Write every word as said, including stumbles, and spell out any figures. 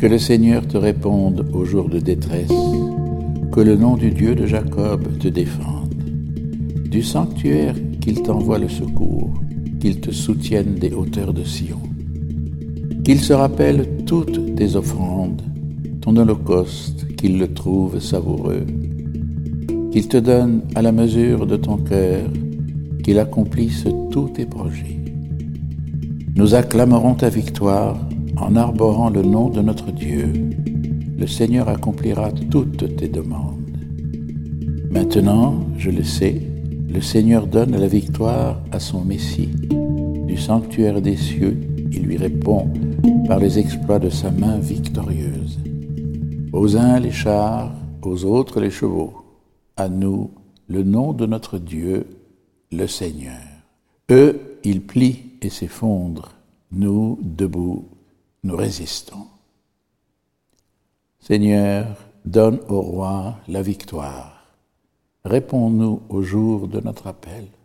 Que le Seigneur te réponde au jour de détresse, que le nom du Dieu de Jacob te défende. Du sanctuaire qu'il t'envoie le secours, qu'il te soutienne des hauteurs de Sion. Qu'il se rappelle toutes tes offrandes, ton holocauste, qu'il le trouve savoureux. Qu'il te donne à la mesure de ton cœur, qu'il accomplisse tous tes projets. Nous acclamerons ta victoire en arborant le nom de notre Dieu. Le Seigneur accomplira toutes tes demandes. Maintenant, je le sais, le Seigneur donne la victoire à son Messie. Du sanctuaire des cieux, il lui répond par les exploits de sa main victorieuse. Aux uns les chars, aux autres les chevaux. À nous, le nom de notre Dieu, le Seigneur. Eux, ils plient et s'effondrent. Nous, debout, nous résistons. Seigneur, donne au roi la victoire. Réponds-nous au jour de notre appel.